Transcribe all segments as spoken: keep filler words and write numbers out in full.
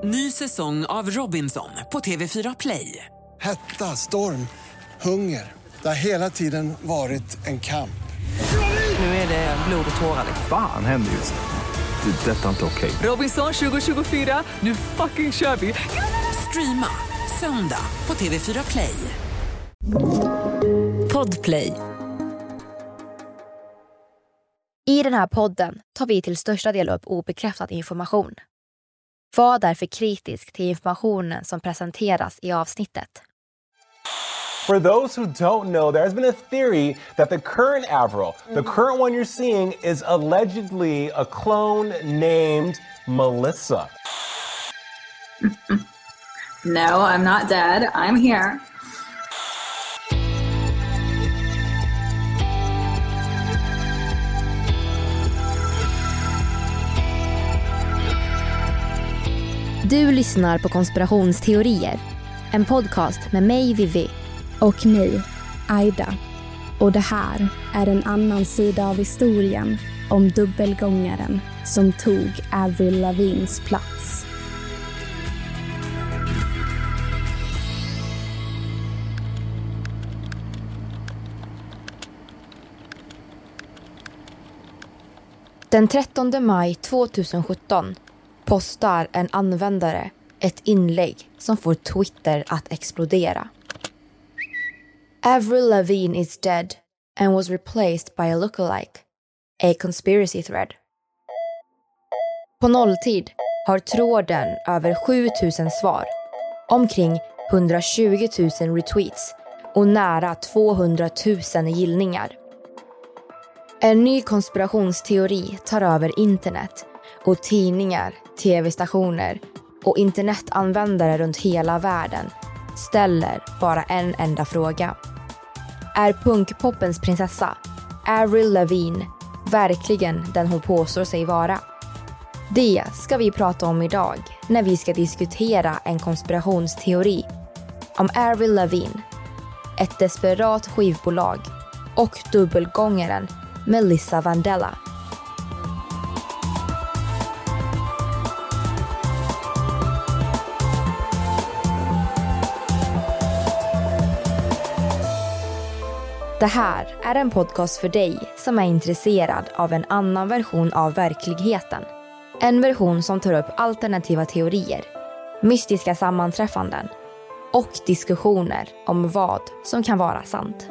Ny säsong av Robinson på T V fyra Play. Hetta, storm, hunger. Det har hela tiden varit en kamp. Nu är det blod och tårar. Fan händer just nu. Det. Detta är inte okej. Okay. Robinson tjugo tjugofyra, nu fucking kör vi. Streama söndag på T V fyra Play. Podplay. I den här podden tar vi till största del upp obekräftad information. Var därför kritisk till informationen som presenteras i avsnittet. For those who don't know, there has been a theory that the current Avril, the current one you're seeing, is allegedly a clone named Melissa. No, I'm not dead. I'm here. Du lyssnar på Konspirationsteorier, en podcast med mig, Vivi. Och mig, Aida. Och det här är en annan sida av historien om dubbelgångaren som tog Avril Lavignes plats. Den trettonde maj tjugohundrasjutton postar en användare ett inlägg som får Twitter att explodera. Avril Lavigne is dead and was replaced by a lookalike, a conspiracy thread. På nolltid har tråden över sju tusen svar, omkring hundratjugo tusen retweets och nära tvåhundratusen gillningar. En ny konspirationsteori tar över internet och tidningar, tv-stationer och internetanvändare runt hela världen ställer bara en enda fråga. Är punkpoppens prinsessa, Avril Lavigne, verkligen den hon påstår sig vara? Det ska vi prata om idag när vi ska diskutera en konspirationsteori om Avril Lavigne, ett desperat skivbolag och dubbelgångaren Melissa Vandella. Det här är en podcast för dig som är intresserad av en annan version av verkligheten. En version som tar upp alternativa teorier, mystiska sammanträffanden och diskussioner om vad som kan vara sant.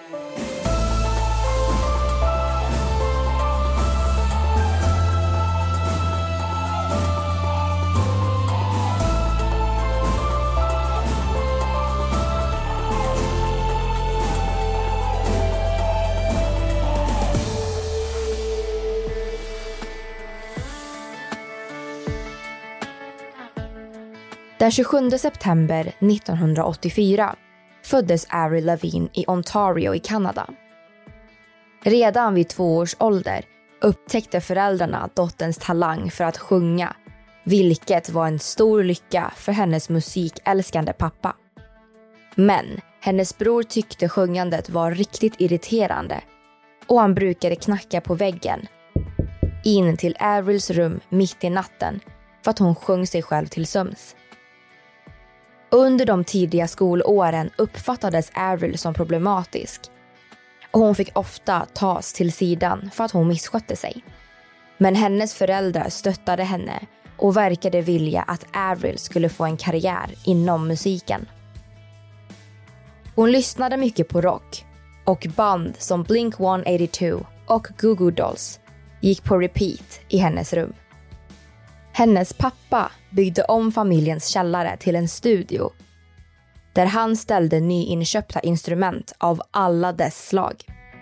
Den tjugosjunde september nittonhundraåttiofyra föddes Avril Lavigne i Ontario i Kanada. Redan vid två års ålder upptäckte föräldrarna dotterns talang för att sjunga, vilket var en stor lycka för hennes musikälskande pappa. Men hennes bror tyckte sjungandet var riktigt irriterande och han brukade knacka på väggen in till Avrils rum mitt i natten för att hon sjöng sig själv till sömns. Under de tidiga skolåren uppfattades Avril som problematisk och hon fick ofta tas till sidan för att hon misskötte sig. Men hennes föräldrar stöttade henne och verkade vilja att Avril skulle få en karriär inom musiken. Hon lyssnade mycket på rock och band som Blink ett åttiotvå och Goo Goo Dolls gick på repeat i hennes rum. Hennes pappa byggde om familjens källare till en studio där han ställde nyinköpta instrument av alla dess slag.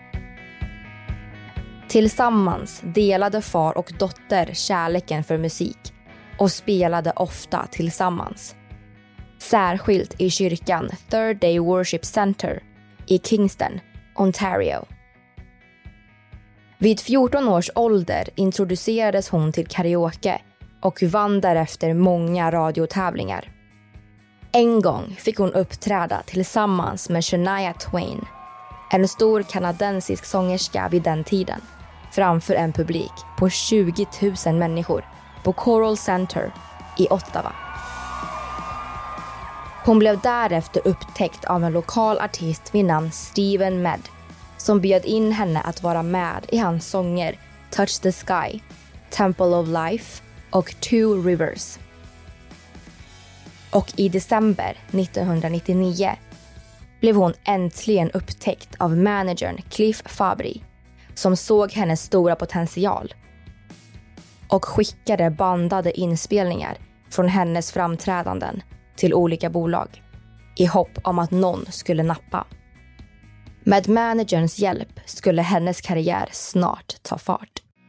Tillsammans delade far och dotter kärleken för musik och spelade ofta tillsammans. Särskilt i kyrkan Third Day Worship Center i Kingston, Ontario. Vid fjorton års ålder introducerades hon till karaoke och vann därefter många radiotävlingar. En gång fick hon uppträda tillsammans med Shania Twain, en stor kanadensisk sångerska vid den tiden, framför en publik på tjugo tusen människor på Coral Center i Ottawa. Hon blev därefter upptäckt av en lokal artist vid namn Steven Med som bjöd in henne att vara med i hans sånger Touch the Sky, Temple of Life och Two Rivers. Och i december nittonhundranittionio blev hon äntligen upptäckt av managern Cliff Fabry som såg hennes stora potential och skickade bandade inspelningar från hennes framträdanden till olika bolag i hopp om att någon skulle nappa. Med managerns hjälp skulle hennes karriär snart ta fart.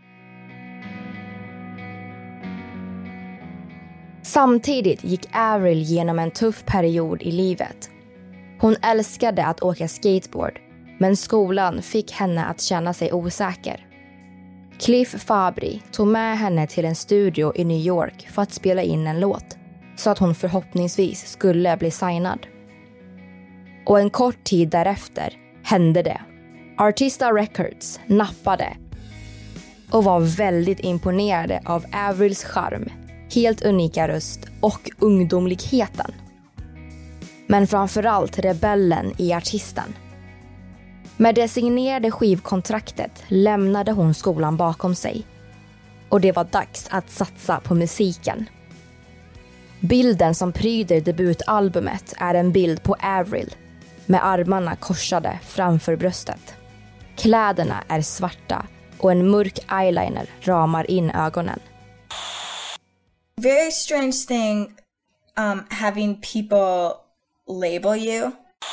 Samtidigt gick Avril genom en tuff period i livet. Hon älskade att åka skateboard, men skolan fick henne att känna sig osäker. Cliff Fabry tog med henne till en studio i New York för att spela in en låt, så att hon förhoppningsvis skulle bli signad. Och en kort tid därefter hände det. Arista Records nappade och var väldigt imponerade av Avrils charm, helt unika röst och ungdomligheten. Men framförallt rebellen i artisten. Med det signerade skivkontraktet lämnade hon skolan bakom sig. Och det var dags att satsa på musiken. Bilden som pryder debutalbumet är en bild på Avril med armarna korsade framför bröstet. Kläderna är svarta och en mörk eyeliner ramar in ögonen. Very strange thing um, having people label you.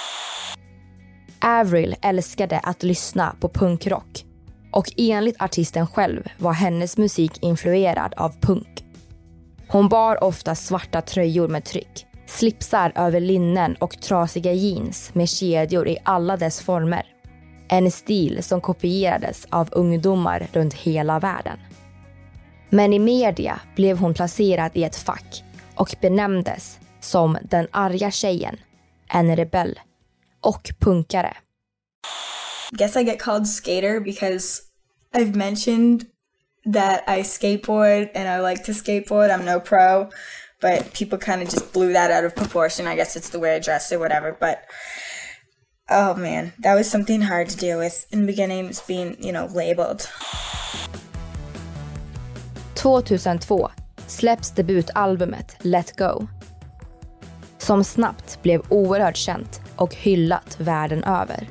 Avril älskade att lyssna på punkrock och enligt artisten själv var hennes musik influerad av punk. Hon bar ofta svarta tröjor med tryck, slipsar över linnen och trasiga jeans med kedjor i alla dess former. En stil som kopierades av ungdomar runt hela världen. Men i media blev hon placerad i ett fack och benämndes som den arga tjejen, en rebell och punkare. I guess I get called skater because I've mentioned that I skateboard and I like to skateboard. I'm no pro, but people kind of just blew that out of proportion. I guess it's the way I dress or whatever, but oh man, that was something hard to deal with in the beginning, was being, you know, labeled. tjugohundratvå släpps debutalbumet Let Go, som snabbt blev oerhört känt och hyllat världen över.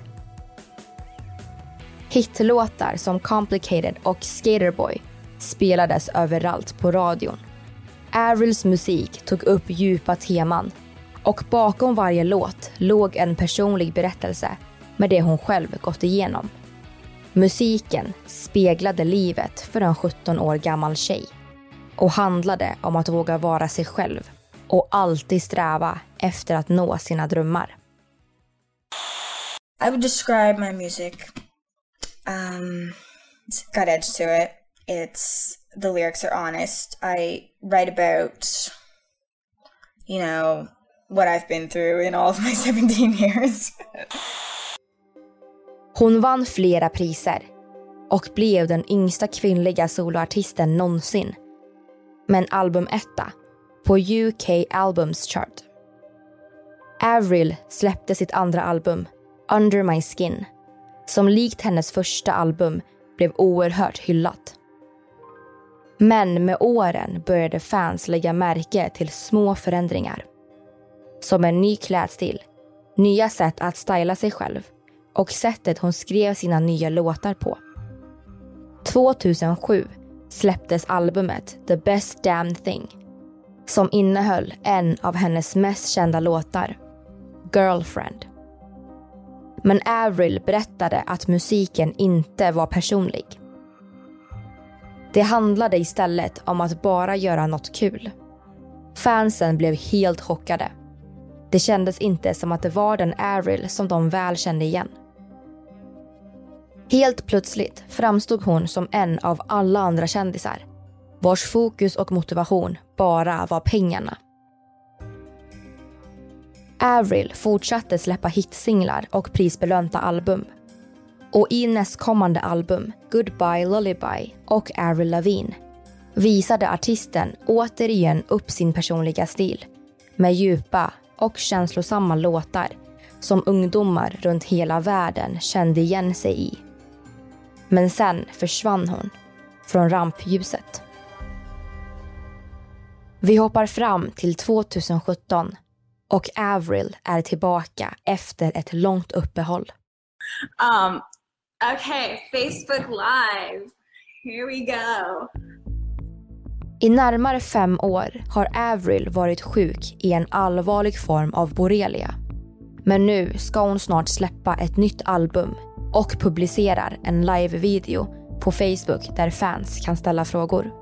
Hitlåtar som Complicated och Skaterboy spelades överallt på radion. Avrils musik tog upp djupa teman och bakom varje låt låg en personlig berättelse med det hon själv gått igenom. Musiken speglade livet för en sjutton år gammal tjej och handlade om att våga vara sig själv och alltid sträva efter att nå sina drömmar. I would describe my music. Um, it's got edge to it. It's, the lyrics are honest. I write about, you know, what I've been through in all of my seventeen years. Hon vann flera priser och blev den yngsta kvinnliga soloartisten någonsin. Men albumetta på U K Albums Chart. Avril släppte sitt andra album, Under My Skin, som likt hennes första album blev oerhört hyllat. Men med åren började fans lägga märke till små förändringar. Som en ny klädstil, nya sätt att styla sig själv och sättet hon skrev sina nya låtar på. tjugohundrasju släpptes albumet The Best Damn Thing, som innehöll en av hennes mest kända låtar, Girlfriend. Men Avril berättade att musiken inte var personlig. Det handlade istället om att bara göra något kul. Fansen blev helt chockade. Det kändes inte som att det var den Avril som de väl kände igen. Helt plötsligt framstod hon som en av alla andra kändisar, vars fokus och motivation bara var pengarna. Avril fortsatte släppa hitsinglar och prisbelönta album. Och i nästkommande album, Goodbye Lullaby och Avril Lavigne, visade artisten återigen upp sin personliga stil med djupa och känslosamma låtar som ungdomar runt hela världen kände igen sig i. Men sen försvann hon från rampljuset. Vi hoppar fram till tjugosjutton och Avril är tillbaka efter ett långt uppehåll. Um, okay, Facebook Live. Here we go. I närmare fem år har Avril varit sjuk i en allvarlig form av borrelia. Men nu ska hon snart släppa ett nytt album och publicerar en live-video på Facebook där fans kan ställa frågor.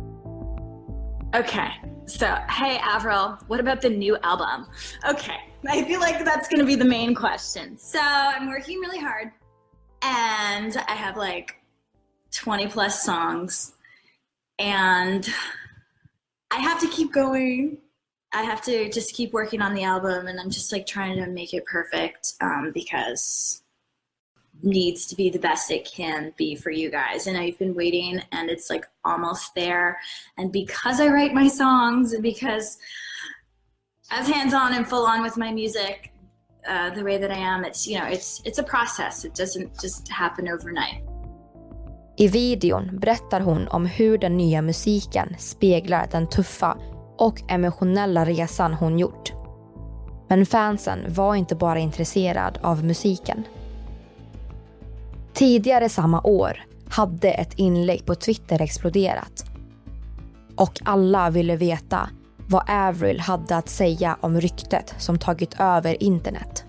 Okay, so hey Avril, what about the new album? Okay, I feel like that's gonna be the main question. So I'm working really hard and I have like twenty plus songs and I have to keep going. I have to just keep working on the album and I'm just like trying to make it perfect um, because needs to be the best it can be for you guys. And I've been waiting and it's like almost there. And because I write my songs and because as hands-on and full on with my music, uh, the way that I am, it's, you know, it's, it's a process. It doesn't just happen overnight. I videon berättar hon om hur den nya musiken speglar den tuffa och emotionella resan hon gjort. Men fansen var inte bara intresserad av musiken. Tidigare samma år hade ett inlägg på Twitter exploderat. Och alla ville veta vad Avril hade att säga om ryktet som tagit över internet.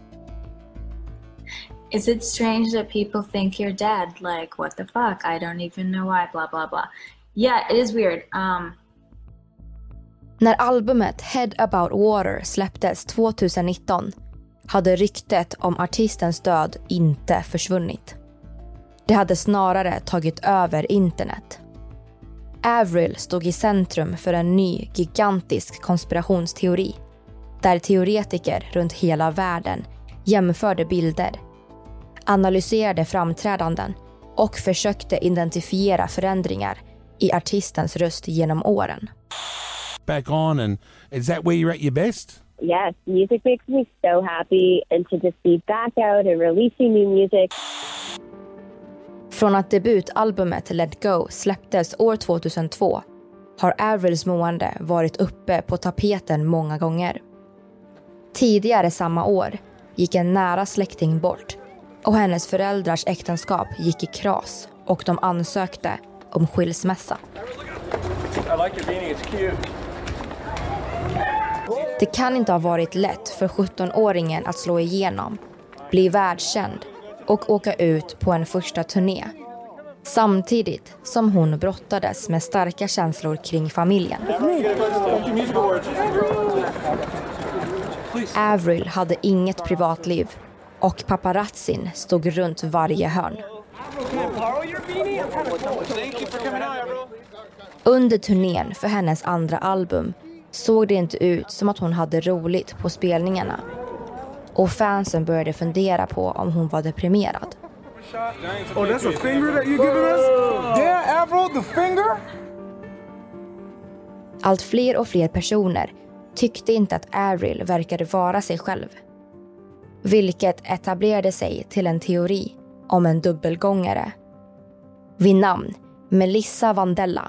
Is it strange that people think you're dead? Like, what the fuck? I don't even know why, blah, blah, blah. Yeah, it is weird. Um... När albumet Head About Water släpptes tjugonitton hade ryktet om artistens död inte försvunnit. Det hade snarare tagit över internet. Avril stod i centrum för en ny gigantisk konspirationsteori där teoretiker runt hela världen jämförde bilder, analyserade framträdanden och försökte identifiera förändringar i artistens röst genom åren. Back on, and is that where you're at your best? Yes, music makes me so happy, and to just be back out and releasing new music. Från att debutalbumet Let Go släpptes år tjugohundratvå har Avrils mående varit uppe på tapeten många gånger. Tidigare samma år gick en nära släkting bort och hennes föräldrars äktenskap gick i kras och de ansökte om skilsmässa. Det kan inte ha varit lätt för sjuttonåringen att slå igenom, bli världskänd och åka ut på en första turné. Samtidigt som hon brottades med starka känslor kring familjen. Avril hade inget privatliv och paparazzin stod runt varje hörn. Under turnén för hennes andra album såg det inte ut som att hon hade roligt på spelningarna. Och fansen började fundera på om hon var deprimerad. Oh, that's a finger that you're giving us? Yeah, Avril, the finger? Allt fler och fler personer tyckte inte att Avril verkade vara sig själv. Vilket etablerade sig till en teori om en dubbelgångare. Vid namn Melissa Vandella.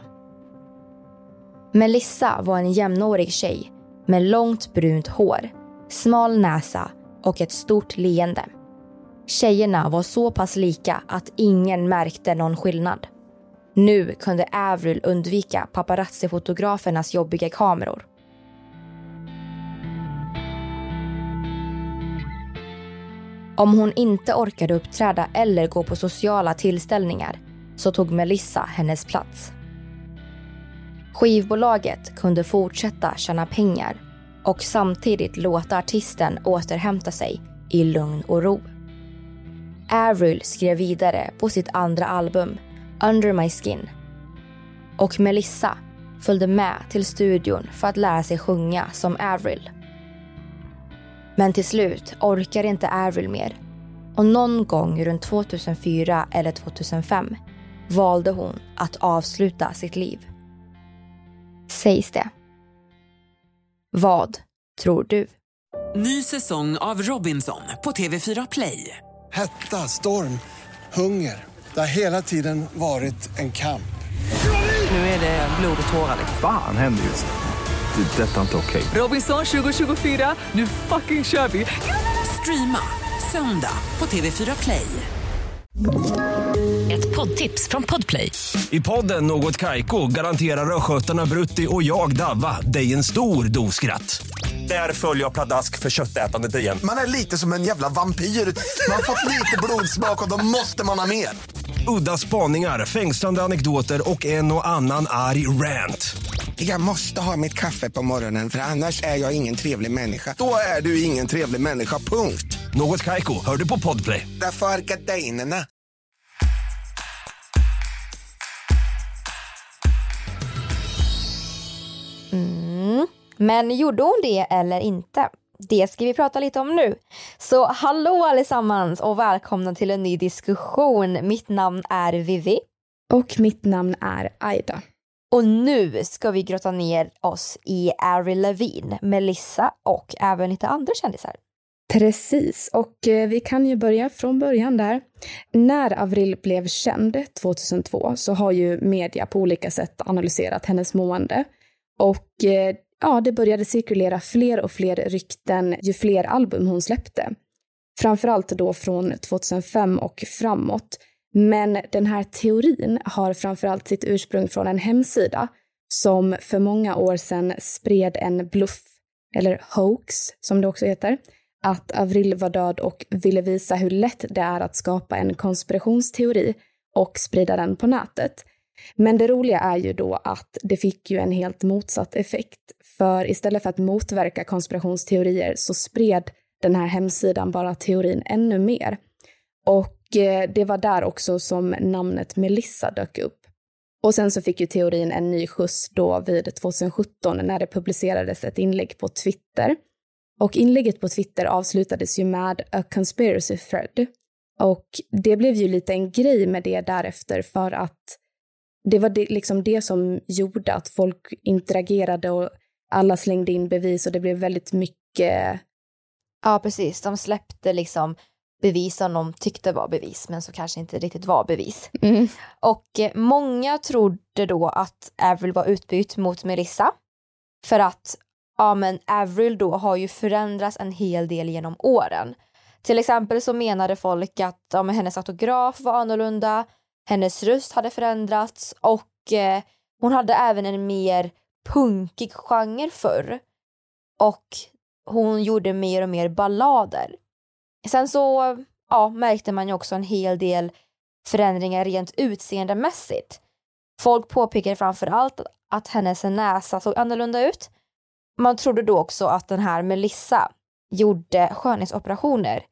Melissa var en jämnårig tjej med långt brunt hår, smal näsa och ett stort leende. Tjejerna var så pass lika att ingen märkte någon skillnad. Nu kunde Avril undvika paparazzi-fotografernas jobbiga kameror. Om hon inte orkade uppträda eller gå på sociala tillställningar så tog Melissa hennes plats. Skivbolaget kunde fortsätta tjäna pengar och samtidigt låta artisten återhämta sig i lugn och ro. Avril skrev vidare på sitt andra album Under My Skin. Och Melissa följde med till studion för att lära sig sjunga som Avril. Men till slut orkade inte Avril mer. Och någon gång runt tjugohundrafyra eller tjugohundrafem valde hon att avsluta sitt liv. Sägs det. Vad tror du? Ny säsong av Robinson på T V fyra Play. Hetta, storm, hunger. Det har hela tiden varit en kamp. Nu är det blod och tårar. Fan händer just det. Det är detta inte okej. Robinson tjugo tjugofyra, nu fucking kör vi. Streama söndag på T V fyra Play. Ett poddtips från Podplay. I podden Något Kaiko garanterar röskötarna Brutti och jag Davva dig en stor doskratt. Där följer jag pladask för köttätandet igen. Man är lite som en jävla vampyr. Man har fått lite blodsmak och då måste man ha mer. Udda spaningar, fängslande anekdoter och en och annan arg rant. Jag måste ha mitt kaffe på morgonen för annars är jag ingen trevlig människa. Då är du ingen trevlig människa, punkt. Något Kaiko, hör du på Podplay. Därför är gardinerna. Mm. Men gjorde hon det eller inte? Det ska vi prata lite om nu. Så hallå allesammans och välkomna till en ny diskussion. Mitt namn är Vivi. Och mitt namn är Aida. Och nu ska vi grotta ner oss i Avril Lavigne, Melissa och även lite andra kändisar. Precis, och eh, vi kan ju börja från början där. När Avril blev känd tjugohundratvå så har ju media på olika sätt analyserat hennes mående. Och eh, ja, det började cirkulera fler och fler rykten ju fler album hon släppte. Framförallt då från tjugohundrafem och framåt. Men den här teorin har framförallt sitt ursprung från en hemsida som för många år sedan spred en bluff, eller hoax som det också heter, att Avril var död och ville visa hur lätt det är att skapa en konspirationsteori och sprida den på nätet. Men det roliga är ju då att det fick ju en helt motsatt effekt. För istället för att motverka konspirationsteorier så spred den här hemsidan bara teorin ännu mer. Och det var där också som namnet Melissa dök upp. Och sen så fick ju teorin en ny skjuts då vid tjugosjutton när det publicerades ett inlägg på Twitter. Och inlägget på Twitter avslutades ju med a conspiracy thread. Och det blev ju lite en grej med det därefter för att det var det, liksom det som gjorde att folk interagerade och alla slängde in bevis och det blev väldigt mycket... Ja, precis. De släppte liksom bevis som de tyckte var bevis men så kanske inte riktigt var bevis. Mm. Och eh, många trodde då att Avril var utbytt mot Melissa. För att ja, men Avril då har ju förändrats en hel del genom åren. Till exempel så menade folk att ja, men hennes autograf var annorlunda. Hennes röst hade förändrats och eh, hon hade även en mer punkig genre förr. Och hon gjorde mer och mer ballader. Sen så ja, märkte man ju också en hel del förändringar rent utseendemässigt. Folk påpekade framförallt att hennes näsa såg annorlunda ut. Man trodde då också att den här Melissa gjorde skönhetsoperationer.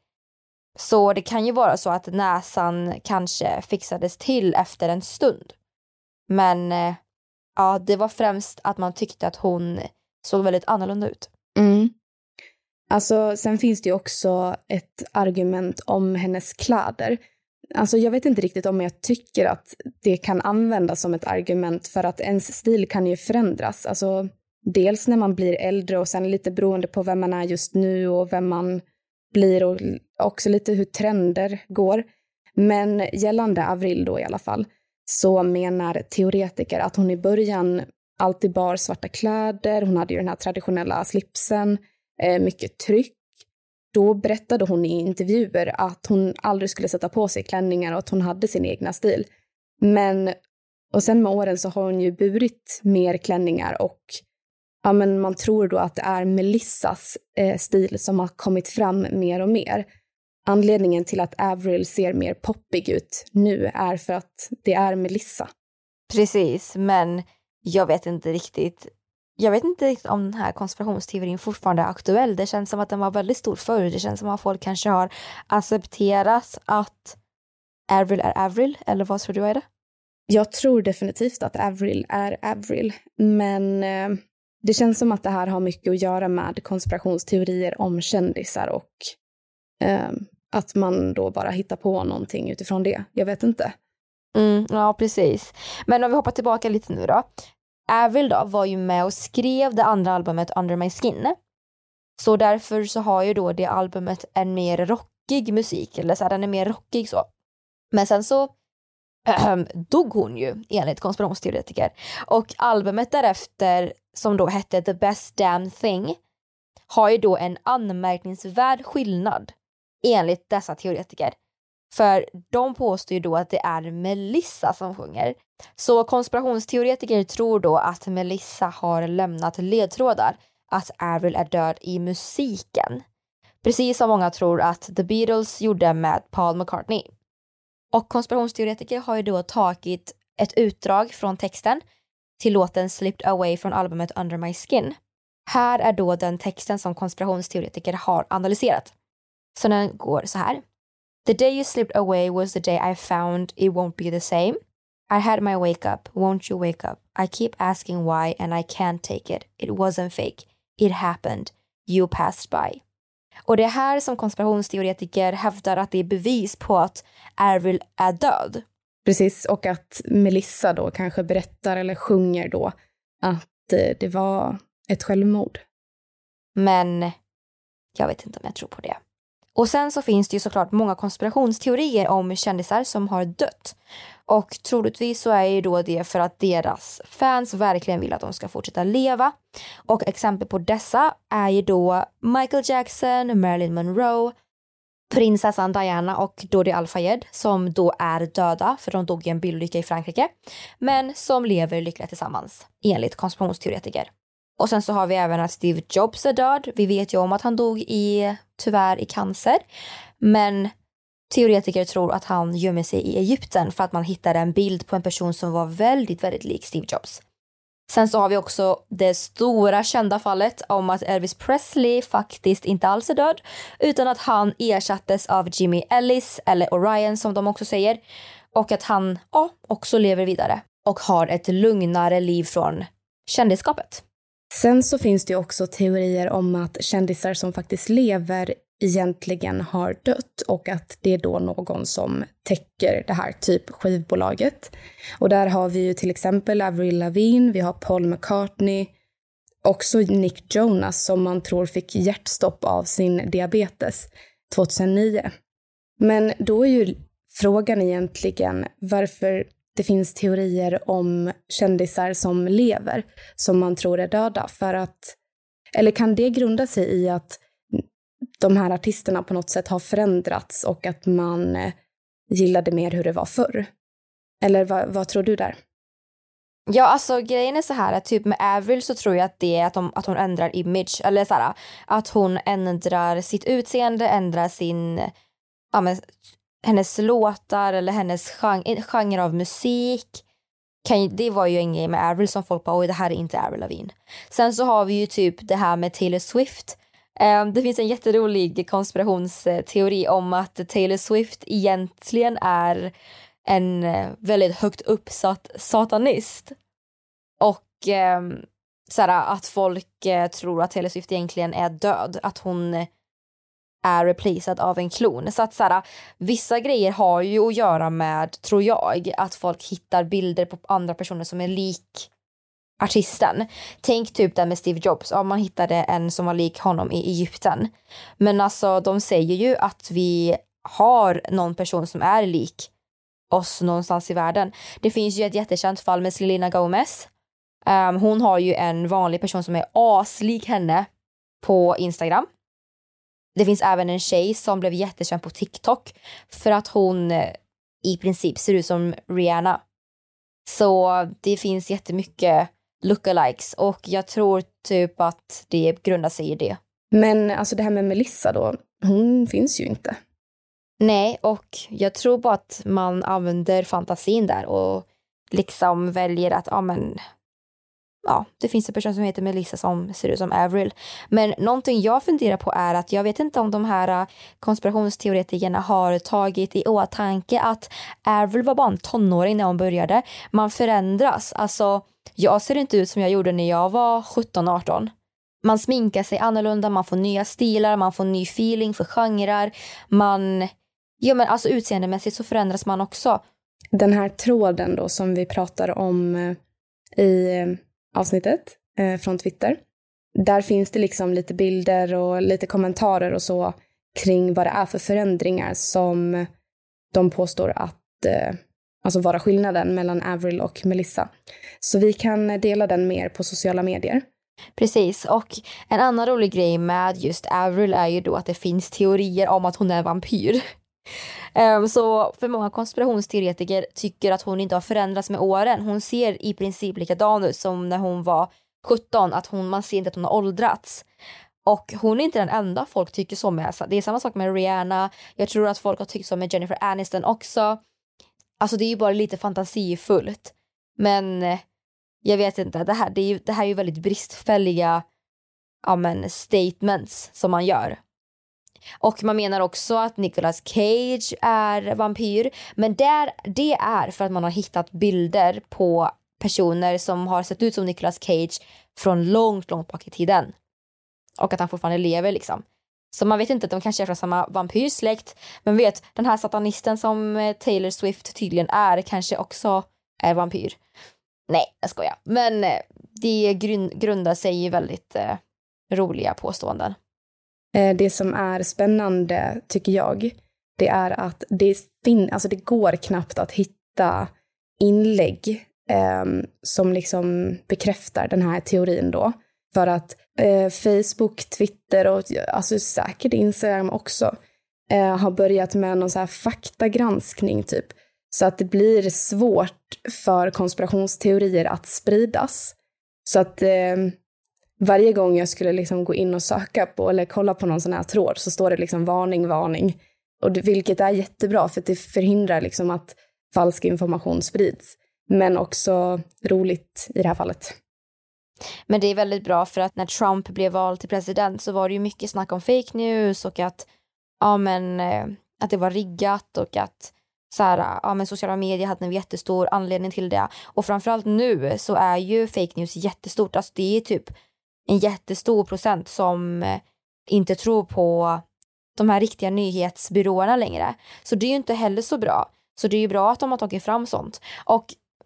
Så det kan ju vara så att näsan kanske fixades till efter en stund. Men ja, det var främst att man tyckte att hon såg väldigt annorlunda ut. Mm. Alltså, sen finns det ju också ett argument om hennes kläder. Alltså, jag vet inte riktigt om jag tycker att det kan användas som ett argument för att ens stil kan ju förändras. Alltså, dels när man blir äldre och sen lite beroende på vem man är just nu och vem man blir och också lite hur trender går. Men gällande Avril då i alla fall så menar teoretiker att hon i början alltid bar svarta kläder. Hon hade ju den här traditionella slipsen, mycket tryck. Då berättade hon i intervjuer att hon aldrig skulle sätta på sig klänningar och att hon hade sin egna stil. Men, och sen med åren så har hon ju burit mer klänningar och ja, men man tror då att det är Melissas eh, stil som har kommit fram mer och mer. Anledningen till att Avril ser mer poppig ut nu är för att det är Melissa. Precis, men jag vet inte riktigt. Jag vet inte riktigt om den här konspirationsteorin fortfarande är aktuell. Det känns som att den var väldigt stor förr. Det känns som att folk kanske har accepterat att Avril är Avril. Eller vad tror du är det? Jag tror definitivt att Avril är Avril. Men eh, det känns som att det här har mycket att göra med konspirationsteorier om kändisar. Och eh, att man då bara hittar på någonting utifrån det. Jag vet inte. Mm, ja, precis. Men om vi hoppar tillbaka lite nu då. Avril då var ju med och skrev det andra albumet Under My Skin Så därför så har ju då det albumet en mer rockig musik. Eller så här, den är mer rockig så. Men sen så äh, dog hon ju enligt konspirationsteoretiker. Och albumet därefter som då hette The Best Damn Thing har ju då en anmärkningsvärd skillnad enligt dessa teoretiker. För de påstår ju då att det är Melissa som sjunger. Så konspirationsteoretiker tror då att Melissa har lämnat ledtrådar att Avril är död i musiken. Precis som många tror att The Beatles gjorde med Paul McCartney. Och konspirationsteoretiker har ju då tagit ett utdrag från texten till låten Slipped Away från albumet Under My Skin. Här är då den texten som konspirationsteoretiker har analyserat. Så den går så här. The day you slipped away was the day I found it won't be the same. I had my wake up, won't you wake up? I keep asking why and I can't take it. It wasn't fake. It happened. You passed by. Och det är här som konspirationsteoretiker hävdar att det är bevis på att Avril är död. Precis, och att Melissa då kanske berättar eller sjunger då att det var ett självmord. Men jag vet inte om jag tror på det. Och sen så finns det ju såklart många konspirationsteorier om kändisar som har dött. Och troligtvis så är ju då det för att deras fans verkligen vill att de ska fortsätta leva. Och exempel på dessa är ju då Michael Jackson, Marilyn Monroe, prinsessan Diana och Dodi Al-Fayed som då är döda för de dog i en bilolycka i Frankrike. Men som lever lyckliga tillsammans enligt konspirationsteoretiker. Och sen så har vi även att Steve Jobs är död. Vi vet ju om att han dog i, tyvärr i cancer. Men teoretiker tror att han gömmer sig i Egypten för att man hittade en bild på en person som var väldigt, väldigt lik Steve Jobs. Sen så har vi också det stora kända fallet om att Elvis Presley faktiskt inte alls är död. Utan att han ersattes av Jimmy Ellis eller Orion som de också säger. Och att han ja, också lever vidare och har ett lugnare liv från kändisskapet. Sen så finns det ju också teorier om att kändisar som faktiskt lever egentligen har dött och att det är då någon som täcker det här typ skivbolaget. Och där har vi ju till exempel Avril Lavigne, vi har Paul McCartney, också Nick Jonas som man tror fick hjärtstopp av sin diabetes tjugohundranio. Men då är ju frågan egentligen varför det finns teorier om kändisar som lever som man tror är döda. För att, eller kan det grunda sig i att de här artisterna på något sätt har förändrats och att man gillade mer hur det var förr? Eller vad, vad tror du där? Ja, alltså grejen är så här att typ med Avril så tror jag att det är att, de, att hon ändrar image. Eller så här, att hon ändrar sitt utseende, ändrar sin... Ja, men, hennes låtar eller hennes genre, genre av musik. Kan, det var ju en grej med Avril som folk bara, oj det här är inte Avril Lavigne. Sen så har vi ju typ det här med Taylor Swift. Um, det finns en jätterolig konspirationsteori om att Taylor Swift egentligen är en uh, väldigt högt uppsatt satanist. Och um, såhär, att folk uh, tror att Taylor Swift egentligen är död. Att hon... Uh, är replacerad av en klon. Så att såhär, vissa grejer har ju att göra med, tror jag, att folk hittar bilder på andra personer som är lik artisten. Tänk typ den med Steve Jobs. Om man hittade en som var lik honom i Egypten. Men alltså, de säger ju att vi har någon person som är lik oss någonstans i världen. Det finns ju ett jättekänt fall med Selena Gomez. Um, hon har ju en vanlig person som är aslik henne på Instagram. Det finns även en tjej som blev jättekänd på TikTok för att hon i princip ser ut som Rihanna. Så det finns jättemycket lookalikes och jag tror typ att det grundar sig i det. Men alltså det här med Melissa då, hon finns ju inte. Nej, och jag tror bara att man använder fantasin där och liksom väljer att, ja men... Ja, det finns en person som heter Melissa som ser ut som Avril. Men någonting jag funderar på är att jag vet inte om de här konspirationsteoretikerna har tagit i åtanke att Avril var bara en tonåring när hon började. Man förändras. Alltså, jag ser inte ut som jag gjorde när jag var sjutton arton. Man sminkar sig annorlunda, man får nya stilar, man får ny feeling för genrer. Man, ja men alltså utseendemässigt så förändras man också. Den här tråden då som vi pratar om i... avsnittet eh, från Twitter. där finns det liksom lite bilder och lite kommentarer och så kring vad det är för förändringar som de påstår att eh, alltså vara skillnaden mellan Avril och Melissa. Så vi kan dela den mer på sociala medier. Precis, och en annan rolig grej med just Avril är ju då att det finns teorier om att hon är vampyr. Um, så för många konspirationsteoretiker tycker att hon inte har förändrats med åren. Hon ser i princip likadan ut som när hon var sjutton, att hon, man ser inte att hon har åldrats. Och hon är inte den enda folk tycker så med. Det är samma sak med Rihanna. Jag tror att folk har tyckt så med Jennifer Aniston också. Alltså det är ju bara lite fantasifullt. Men jag vet inte, det här, det är ju, det här är ju väldigt bristfälliga ja, men, statements som man gör. Och man menar också att Nicolas Cage är vampyr. Men där, det är för att man har hittat bilder på personer som har sett ut som Nicolas Cage från långt, långt bak i tiden. Och att han fortfarande lever liksom. Så man vet inte att de kanske är från samma vampyrsläkt. Men vet, den här satanisten som Taylor Swift tydligen är kanske också är vampyr. Nej, jag skojar. Men det grund, grundar sig i väldigt eh, roliga påståenden. Det som är spännande tycker jag, det är att det, fin- alltså det går knappt att hitta inlägg eh, som liksom bekräftar den här teorin då. För att eh, Facebook, Twitter och alltså säkert Instagram också eh, har börjat med någon så här faktagranskning typ. Så att det blir svårt för konspirationsteorier att spridas. Så att eh, varje gång jag skulle liksom gå in och söka på eller kolla på någon sån här tråd så står det liksom varning, varning. Och det, vilket är jättebra för att det förhindrar liksom att falsk information sprids. Men också roligt i det här fallet. Men det är väldigt bra för att när Trump blev vald till president så var det ju mycket snack om fake news och att, ja, men, att det var riggat och att så här, ja, men sociala medier hade en jättestor anledning till det. Och framförallt nu så är ju fake news jättestort. Alltså det är typ en jättestor procent som inte tror på de här riktiga nyhetsbyråerna längre. Så det är ju inte heller så bra. Så det är ju bra att de har tagit fram sånt. Och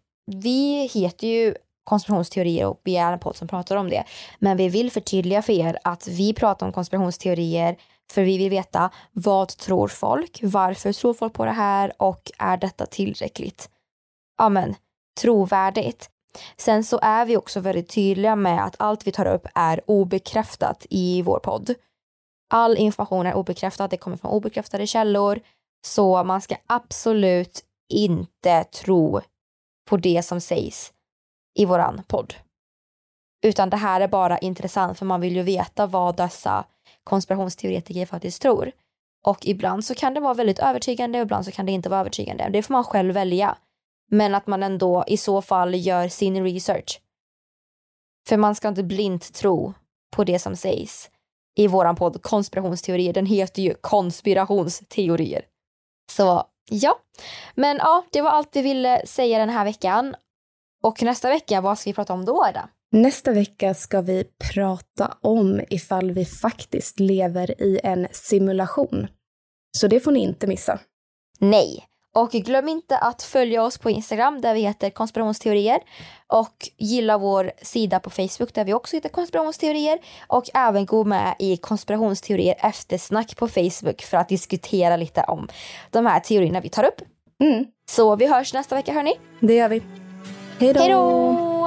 vi heter ju konspirationsteorier och vi är en podd som pratar om det. Men vi vill förtydliga för er att vi pratar om konspirationsteorier för vi vill veta vad tror folk, varför tror folk på det här och är detta tillräckligt ja, men, trovärdigt. Sen så är vi också väldigt tydliga med att allt vi tar upp är obekräftat i vår podd. All information är obekräftad, det kommer från obekräftade källor. Så man ska absolut inte tro på det som sägs i våran podd. Utan det här är bara intressant för man vill ju veta vad dessa konspirationsteoretiker faktiskt tror. Och ibland så kan det vara väldigt övertygande och ibland så kan det inte vara övertygande. Det får man själv välja. Men att man ändå i så fall gör sin research. För man ska inte blint tro på det som sägs i våran podd konspirationsteorier. Den heter ju konspirationsteorier. Så ja, men ja, det var allt vi ville säga den här veckan. Och nästa vecka, vad ska vi prata om då, Ida? Nästa vecka ska vi prata om ifall vi faktiskt lever i en simulation. Så det får ni inte missa. Nej, och glöm inte att följa oss på Instagram där vi heter konspirationsteorier. Och gilla vår sida på Facebook där vi också heter konspirationsteorier. Och även gå med i konspirationsteorier eftersnack på Facebook för att diskutera lite om de här teorierna vi tar upp. Mm. Så vi hörs nästa vecka, hörni. Det gör vi. Hej då! Hej då!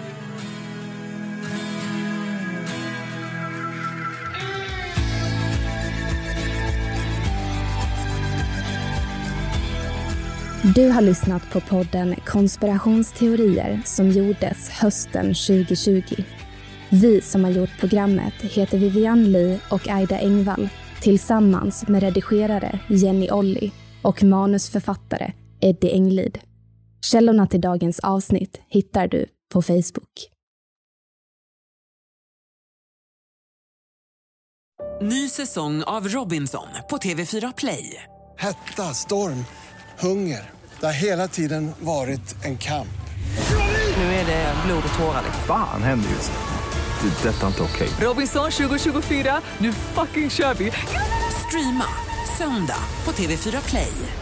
Du har lyssnat på podden Konspirationsteorier som gjordes hösten tjugo tjugo. Vi som har gjort programmet heter Vivian Lee och Aida Engvall tillsammans med redigerare Jenny Olli och manusförfattare Eddie Englid. Källorna till dagens avsnitt hittar du på Facebook. Ny säsong av Robinson på T V fyra Play. Hetta, storm, hunger. Det har hela tiden varit en kamp. Nu är det blod och tårar. Fan händer just det. Det är detta inte okej. Robinson tjugo tjugofyra, nu fucking kör vi. Streama söndag på T V fyra Play.